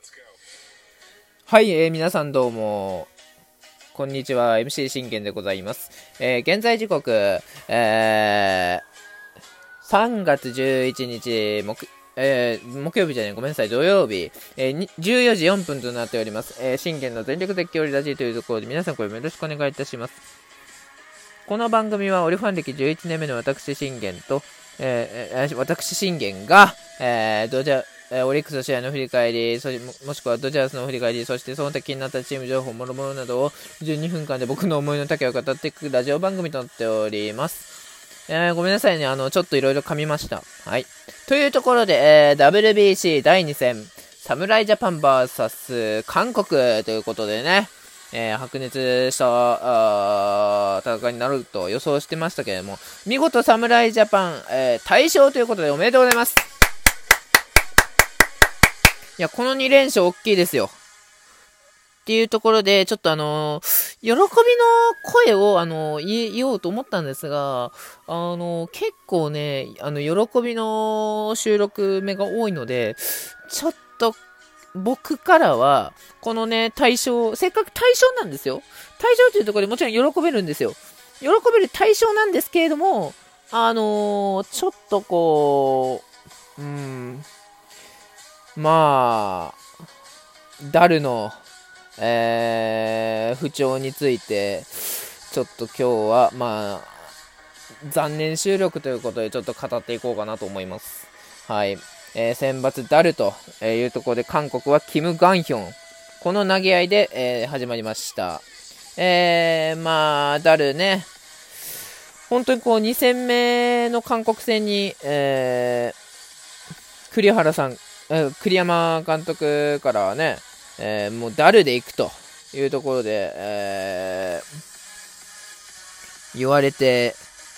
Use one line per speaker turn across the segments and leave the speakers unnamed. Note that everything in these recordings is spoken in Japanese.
はい、皆さんどうもこんにちは。 MC 信玄でございます。現在時刻、3月11日木曜日じゃない、ごめんなさい、土曜日、14時4分となっております。信玄の全力絶叫リラジーというところで皆さんこれもよろしくお願いいたします。この番組はオリファン歴11年目の私信玄と、私信玄が、オリックスの試合の振り返り、もしくはドジャースの振り返り、そしてその時になったチーム情報、もろもろなどを12分間で僕の思いの丈を語っていくラジオ番組となっております。ごめんなさいね、ちょっといろいろ噛みました。はい。というところで、WBC 第2戦、侍ジャパン VS 韓国ということでね、白熱した戦いになると予想してましたけれども、見事侍ジャパン、大勝ということでおめでとうございます。いや、この2連勝大きいですよ。っていうところで、ちょっと喜びの声を言おうと思ったんですが、結構ね、喜びの収録目が多いので、ちょっと僕からは、このね、せっかく対象なんですよ。対象というところでもちろん喜べるんですよ。喜べる対象なんですけれども、ちょっとこう、まあ、ダルの、不調について、ちょっと今日は、残念収録ということで、ちょっと語っていこうかなと思います。はい。選抜ダルというところで、韓国はキム・ガンヒョン。この投げ合いで、始まりました。ダルね、本当にこう、2戦目の韓国戦に、栗山監督からはね、もうダルで行くというところで、言われて、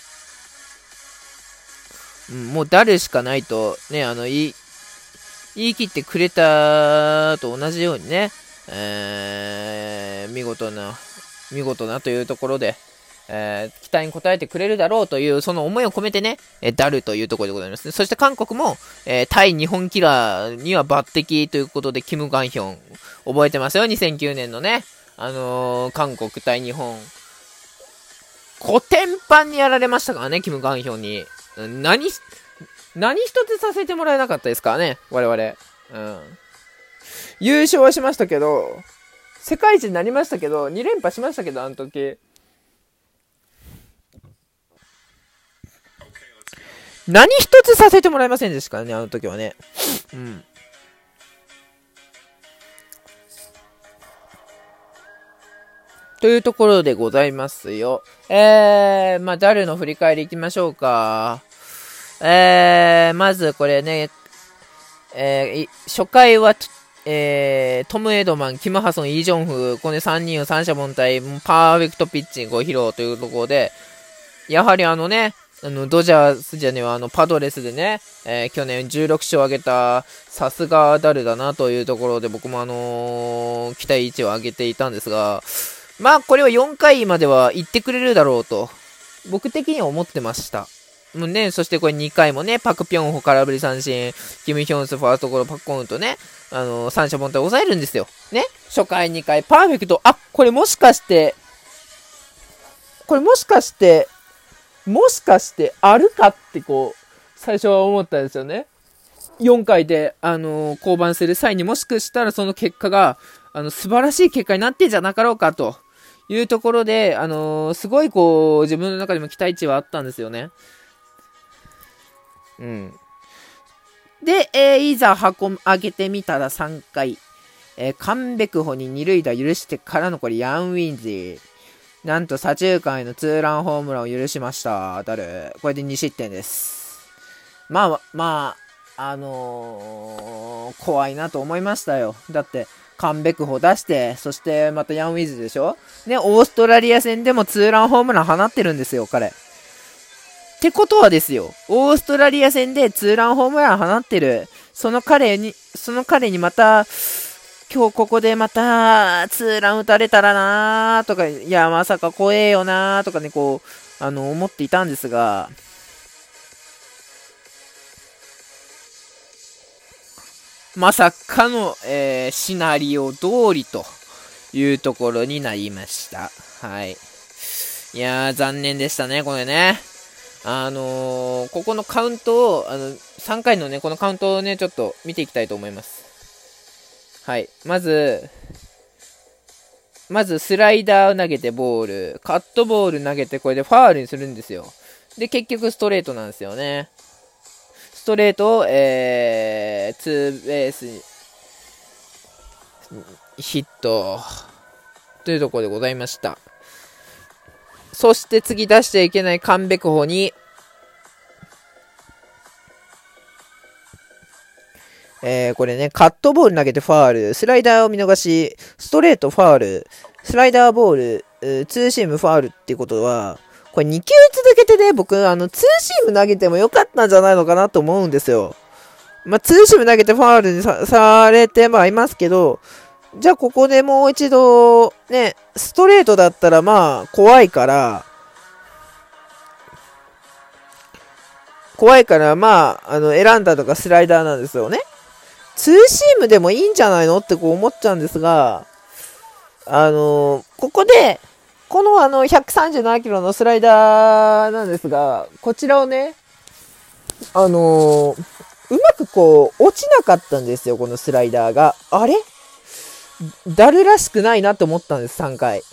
もうダルしかないとね、言い切ってくれたと同じようにね、見事なというところで、期待に応えてくれるだろうというその思いを込めてね、ダルというところでございますね。そして韓国も、対日本キラーには抜擢ということで、キム・ガンヒョン覚えてますよ、2009年のね、韓国対日本コテンパンにやられましたからね、キム・ガンヒョンに。何一つさせてもらえなかったですからね、我々。優勝はしましたけど、世界一になりましたけど、2連覇しましたけど、あの時。何一つさせてもらえませんでしたからね、あの時はね。というところでございますよ。ダルの振り返りいきましょうか。まずこれね、初回は、トム・エドマン、キム・ハソン、イ・ジョンフ、この3人を三者凡退、パーフェクトピッチングを披露というところで、やはりドジャースじゃねえパドレスでね、去年16勝を挙げた、さすがダルだなというところで、僕も期待値を上げていたんですが、これは4回までは行ってくれるだろうと、僕的には思ってました。もうね、そしてこれ2回もね、パクピョンホ空振り三振、キム・ヒョンスファーストゴロパッコンとね、三者凡退抑えるんですよ。ね、初回2回パーフェクト、これもしかしてあるかってこう、最初は思ったんですよね。4回で、降板する際にもしかしたらその結果が、素晴らしい結果になってんじゃなかろうかというところで、すごいこう、自分の中でも期待値はあったんですよね。で、いざ上げてみたら3回、カンベクホに2塁打許してからのこれヤン・ウィンズィ。なんと左中間へのツーランホームランを許しました。ダル。これで2失点です。怖いなと思いましたよ。だって、カンベクホ出して、そしてまたヤン・ウィズでしょね、オーストラリア戦でもツーランホームラン放ってるんですよ、彼。ってことはですよ、オーストラリア戦でツーランホームラン放ってる、その彼にまた、今日ここでまた、ツーラン打たれたらなーとか、いや、まさか怖えよなーとかね、こう、思っていたんですが、 まさかの、シナリオ通りというところになりました。はい。いやー、残念でしたね、これね。ここのカウントを、3回のね、このカウントをね、ちょっと見ていきたいと思います。はい。まずスライダーを投げてボール、カットボール投げてこれでファールにするんですよ。で、結局ストレートなんですよね。ストレートを、ツーベースに、ヒット、というところでございました。そして次出しちゃいけないカンベクホに、これね、カットボール投げてファール、スライダーを見逃し、ストレートファール、スライダーボール、ツーシームファールっていうことは、これ2球続けてね、僕、ツーシーム投げてもよかったんじゃないのかなと思うんですよ。まあ、ツーシーム投げてファールに されてはいますけど、じゃあここでもう一度、ね、ストレートだったらまあ、怖いから、まあ、選んだとかスライダーなんですよね。ツーシームでもいいんじゃないのってこう思っちゃうんですが、ここで、この137キロのスライダーなんですが、こちらをね、うまくこう、落ちなかったんですよ、このスライダーが。あれダルらしくないなって思ったんです、3回。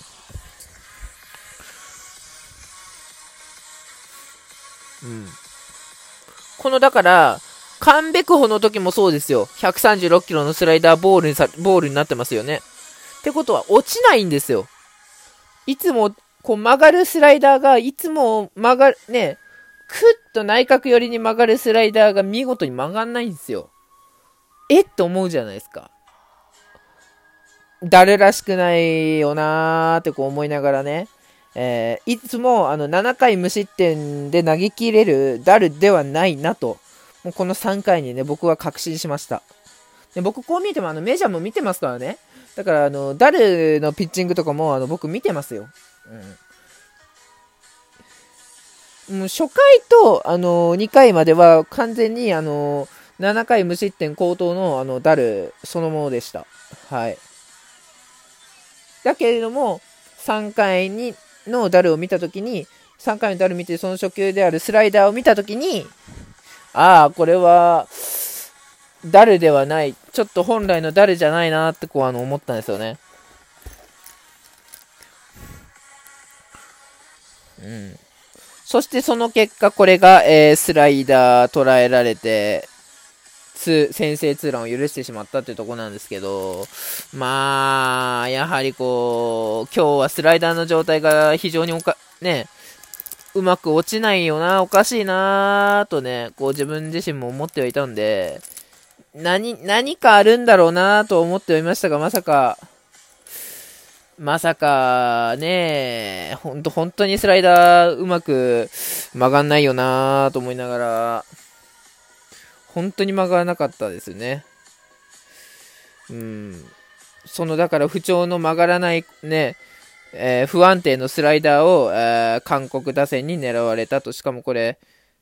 うん。この、だから、カンベクホの時もそうですよ。136キロのスライダーボールになってますよね。ってことは、落ちないんですよ。いつも、こう曲がるスライダーが、いつも曲がる、ね、クッと内角寄りに曲がるスライダーが見事に曲がんないんですよ。って思うじゃないですか。誰らしくないよなーってこう思いながらね。いつも7回無失点で投げ切れるダルではないなと。もうこの3回にね、僕は確信しました。で僕こう見てもメジャーも見てますからね。だからダルのピッチングとかも僕見てますよ。もう初回と2回までは完全に7回無失点高騰のダルそのものでした。はい。だけれども3回のダルを見たときに、3回のダル見てその初球であるスライダーを見たときに、ああ、これはダルではない、ちょっと本来のダルじゃないなってこう思ったんですよね。そしてその結果、これが、スライダー捉えられて、先制ツーランを許してしまったっていうところなんですけど、まあ、やはりこう、今日はスライダーの状態が非常にうまく落ちないよな、おかしいなとね、こう自分自身も思ってはいたんで、何かあるんだろうなと思っておりましたが、まさかね、本当にスライダーうまく曲がんないよなと思いながら、本当に曲がらなかったですね。だから不調の曲がらないね、不安定のスライダーを、韓国打線に狙われたと。しかもこれ、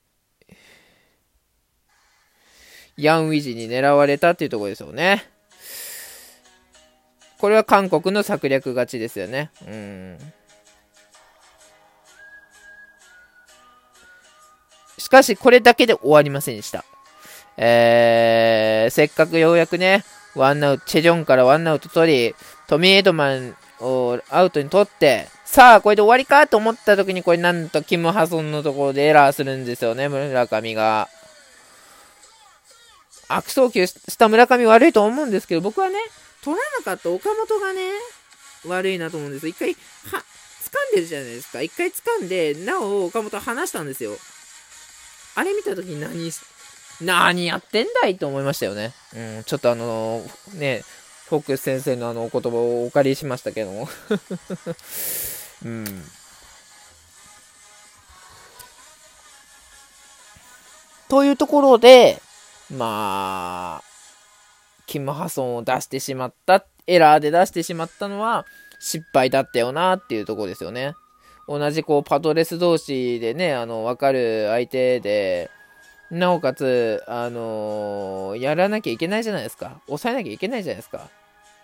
ヤンウィジに狙われたっていうところですよね。これは韓国の策略勝ちですよね。しかしこれだけで終わりませんでした。せっかくようやくね、ワンアウト、チェジョンからワンアウト取り、トミー・エドマンをアウトに取って、さあ、これで終わりかと思った時に、これなんとキム・ハソンのところでエラーするんですよね、村上が。悪送球した村上悪いと思うんですけど、僕はね、取らなかった岡本がね、悪いなと思うんです。一回、掴んでるじゃないですか。一回掴んで、なお岡本は離したんですよ。あれ見た時に何やってんだいと思いましたよね。ちょっとね、フォックス先生のお言葉をお借りしましたけども。というところで、まあ、キム・ハソンを出してしまった、エラーで出してしまったのは失敗だったよなっていうところですよね。同じこうパドレス同士でね、分かる相手で、 なおかつ、やらなきゃいけないじゃないですか。抑えなきゃいけないじゃないですか。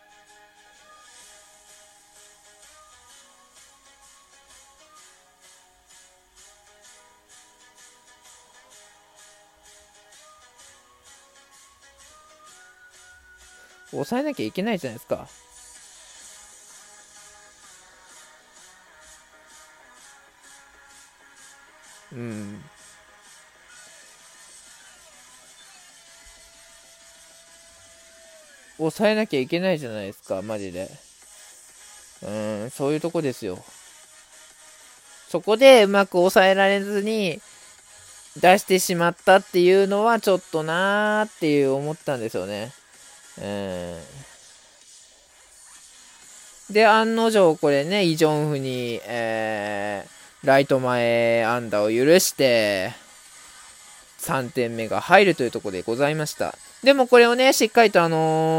抑えなきゃいけないじゃないですか。うん。抑えなきゃいけないじゃないですか、マジで。そういうとこですよ。そこでうまく抑えられずに出してしまったっていうのはちょっとなーっていう思ったんですよね。うん。で、案の定これね、イ・ジョンフに、ライト前安打を許して、3点目が入るというところでございました。でもこれをね、しっかりと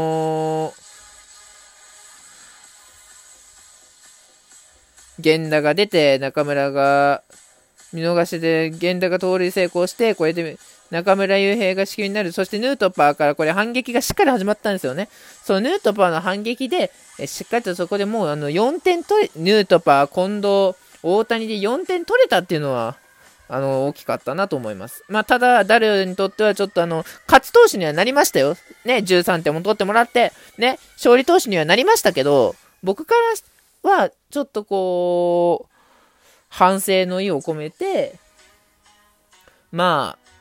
源田が出て、中村が見逃しで源田が盗塁成功して、これで中村悠平が死球になる。そしてヌートパーからこれ反撃がしっかり始まったんですよね。そのヌートパーの反撃で、しっかりとそこでもう4点取れ、ヌートパー、近藤、大谷で4点取れたっていうのは、大きかったなと思います。まあ、ただ、ダルにとってはちょっと勝ち投手にはなりましたよ。ね、13点も取ってもらって、ね、勝利投手にはなりましたけど、僕からは、ちょっとこう、反省の意を込めて、まあ、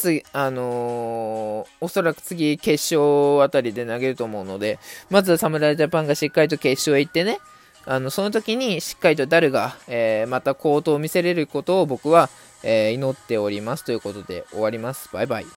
おそらく次、決勝あたりで投げると思うので、まずは侍ジャパンがしっかりと決勝へ行ってね、その時にしっかりとダルが、また好投を見せれることを僕は、祈っておりますということで終わります。バイバイ。